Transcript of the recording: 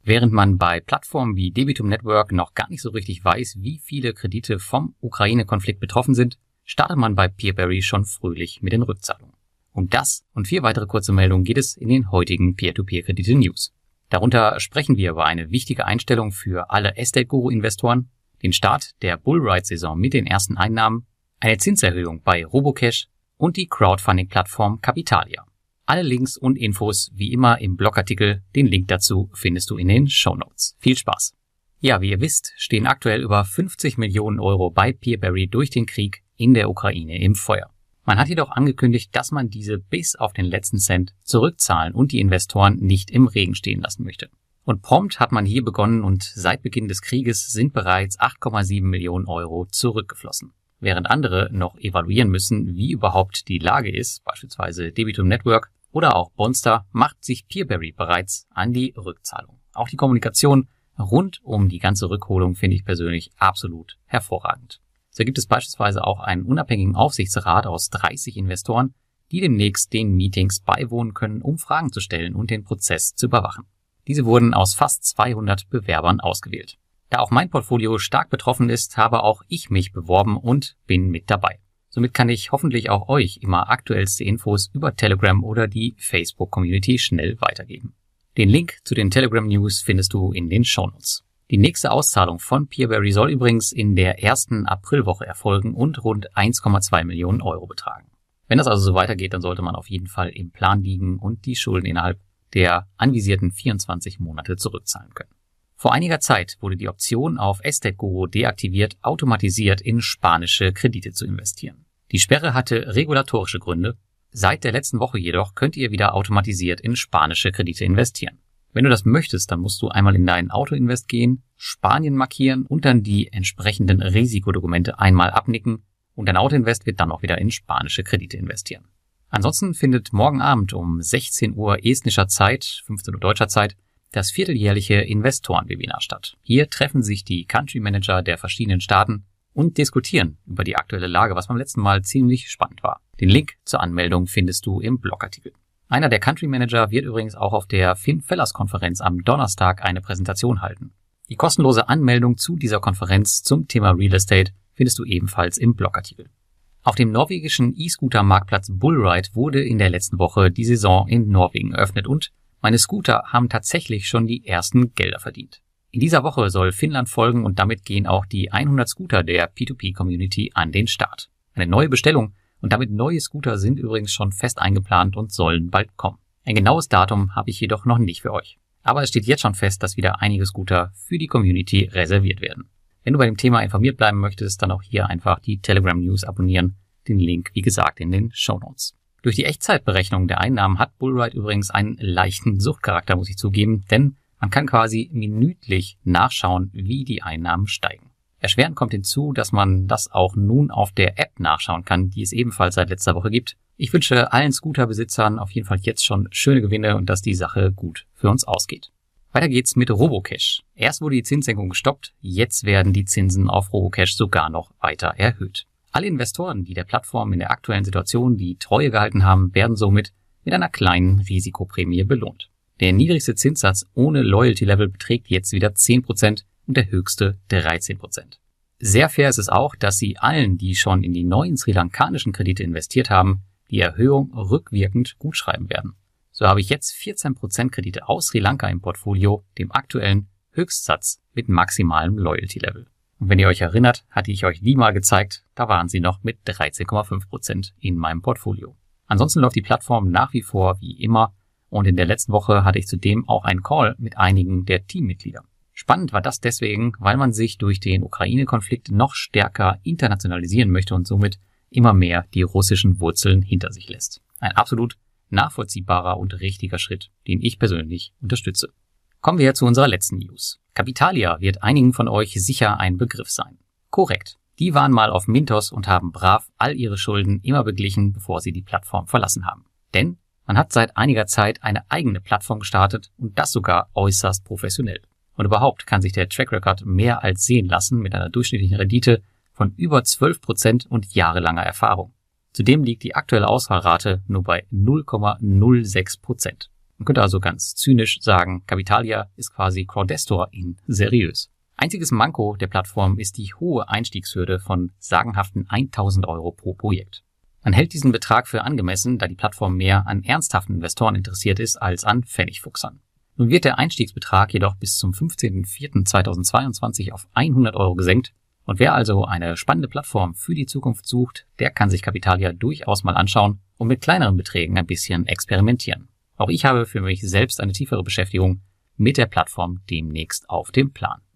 Während man bei Plattformen wie Debitum Network noch gar nicht so richtig weiß, wie viele Kredite vom Ukraine-Konflikt betroffen sind, startet man bei Peerberry schon fröhlich mit den Rückzahlungen. Um das und 4 weitere kurze Meldungen geht es in den heutigen Peer-to-Peer-Kredite-News. Darunter sprechen wir über eine wichtige Einstellung für alle Estate-Guru-Investoren, den Start der Bullride-Saison mit den ersten Einnahmen, eine Zinserhöhung bei Robocash und die Crowdfunding-Plattform Capitalia. Alle Links und Infos wie immer im Blogartikel. Den Link dazu findest du in den Shownotes. Viel Spaß! Ja, wie ihr wisst, stehen aktuell über 50 Millionen Euro bei Peerberry durch den Krieg in der Ukraine im Feuer. Man hat jedoch angekündigt, dass man diese bis auf den letzten Cent zurückzahlen und die Investoren nicht im Regen stehen lassen möchte. Und prompt hat man hier begonnen und seit Beginn des Krieges sind bereits 8,7 Millionen Euro zurückgeflossen. Während andere noch evaluieren müssen, wie überhaupt die Lage ist, beispielsweise Debitum Network oder auch Bonster, macht sich Peerberry bereits an die Rückzahlung. Auch die Kommunikation rund um die ganze Rückholung finde ich persönlich absolut hervorragend. So gibt es beispielsweise auch einen unabhängigen Aufsichtsrat aus 30 Investoren, die demnächst den Meetings beiwohnen können, um Fragen zu stellen und den Prozess zu überwachen. Diese wurden aus fast 200 Bewerbern ausgewählt. Da auch mein Portfolio stark betroffen ist, habe auch ich mich beworben und bin mit dabei. Somit kann ich hoffentlich auch euch immer aktuellste Infos über Telegram oder die Facebook-Community schnell weitergeben. Den Link zu den Telegram-News findest du in den Shownotes. Die nächste Auszahlung von Peerberry soll übrigens in der ersten Aprilwoche erfolgen und rund 1,2 Millionen Euro betragen. Wenn das also so weitergeht, dann sollte man auf jeden Fall im Plan liegen und die Schulden innerhalb der anvisierten 24 Monate zurückzahlen können. Vor einiger Zeit wurde die Option auf Estate Guru deaktiviert, automatisiert in spanische Kredite zu investieren. Die Sperre hatte regulatorische Gründe. Seit der letzten Woche jedoch könnt ihr wieder automatisiert in spanische Kredite investieren. Wenn du das möchtest, dann musst du einmal in dein Autoinvest gehen, Spanien markieren und dann die entsprechenden Risikodokumente einmal abnicken und dein Autoinvest wird dann auch wieder in spanische Kredite investieren. Ansonsten findet morgen Abend um 16 Uhr estnischer Zeit, 15 Uhr deutscher Zeit, das vierteljährliche Investoren-Webinar statt. Hier treffen sich die Country Manager der verschiedenen Staaten und diskutieren über die aktuelle Lage, was beim letzten Mal ziemlich spannend war. Den Link zur Anmeldung findest du im Blogartikel. Einer der Country Manager wird übrigens auch auf der FinFellers-Konferenz am Donnerstag eine Präsentation halten. Die kostenlose Anmeldung zu dieser Konferenz zum Thema Real Estate findest du ebenfalls im Blogartikel. Auf dem norwegischen E-Scooter-Marktplatz Bullride wurde in der letzten Woche die Saison in Norwegen eröffnet und meine Scooter haben tatsächlich schon die ersten Gelder verdient. In dieser Woche soll Finnland folgen und damit gehen auch die 100 Scooter der P2P-Community an den Start. Eine neue Bestellung und damit neue Scooter sind übrigens schon fest eingeplant und sollen bald kommen. Ein genaues Datum habe ich jedoch noch nicht für euch. Aber es steht jetzt schon fest, dass wieder einige Scooter für die Community reserviert werden. Wenn du bei dem Thema informiert bleiben möchtest, dann auch hier einfach die Telegram News abonnieren. Den Link, wie gesagt, in den Shownotes. Durch die Echtzeitberechnung der Einnahmen hat Bullride übrigens einen leichten Suchtcharakter, muss ich zugeben, denn man kann quasi minütlich nachschauen, wie die Einnahmen steigen. Erschwerend kommt hinzu, dass man das auch nun auf der App nachschauen kann, die es ebenfalls seit letzter Woche gibt. Ich wünsche allen Scooterbesitzern auf jeden Fall jetzt schon schöne Gewinne und dass die Sache gut für uns ausgeht. Weiter geht's mit Robocash. Erst wurde die Zinssenkung gestoppt, jetzt werden die Zinsen auf Robocash sogar noch weiter erhöht. Alle Investoren, die der Plattform in der aktuellen Situation die Treue gehalten haben, werden somit mit einer kleinen Risikoprämie belohnt. Der niedrigste Zinssatz ohne Loyalty-Level beträgt jetzt wieder 10% und der höchste 13%. Sehr fair ist es auch, dass sie allen, die schon in die neuen sri-lankanischen Kredite investiert haben, die Erhöhung rückwirkend gutschreiben werden. So habe ich jetzt 14% Kredite aus Sri Lanka im Portfolio, dem aktuellen Höchstsatz mit maximalem Loyalty-Level. Und wenn ihr euch erinnert, hatte ich euch die mal gezeigt, da waren sie noch mit 13,5% in meinem Portfolio. Ansonsten läuft die Plattform nach wie vor wie immer und in der letzten Woche hatte ich zudem auch einen Call mit einigen der Teammitglieder. Spannend war das deswegen, weil man sich durch den Ukraine-Konflikt noch stärker internationalisieren möchte und somit immer mehr die russischen Wurzeln hinter sich lässt. Ein absolut nachvollziehbarer und richtiger Schritt, den ich persönlich unterstütze. Kommen wir zu unserer letzten News. Capitalia wird einigen von euch sicher ein Begriff sein. Korrekt. Die waren mal auf Mintos und haben brav all ihre Schulden immer beglichen, bevor sie die Plattform verlassen haben. Denn man hat seit einiger Zeit eine eigene Plattform gestartet und das sogar äußerst professionell. Und überhaupt kann sich der Track Record mehr als sehen lassen mit einer durchschnittlichen Rendite von über 12% und jahrelanger Erfahrung. Zudem liegt die aktuelle Ausfallrate nur bei 0,06%. Man könnte also ganz zynisch sagen, Capitalia ist quasi Crowdestor in seriös. Einziges Manko der Plattform ist die hohe Einstiegshürde von sagenhaften 1.000 € pro Projekt. Man hält diesen Betrag für angemessen, da die Plattform mehr an ernsthaften Investoren interessiert ist als an Pfennigfuchsern. Nun wird der Einstiegsbetrag jedoch bis zum 15.04.2022 auf 100 € gesenkt. Und wer also eine spannende Plattform für die Zukunft sucht, der kann sich Capitalia durchaus mal anschauen und mit kleineren Beträgen ein bisschen experimentieren. Auch ich habe für mich selbst eine tiefere Beschäftigung mit der Plattform demnächst auf dem Plan.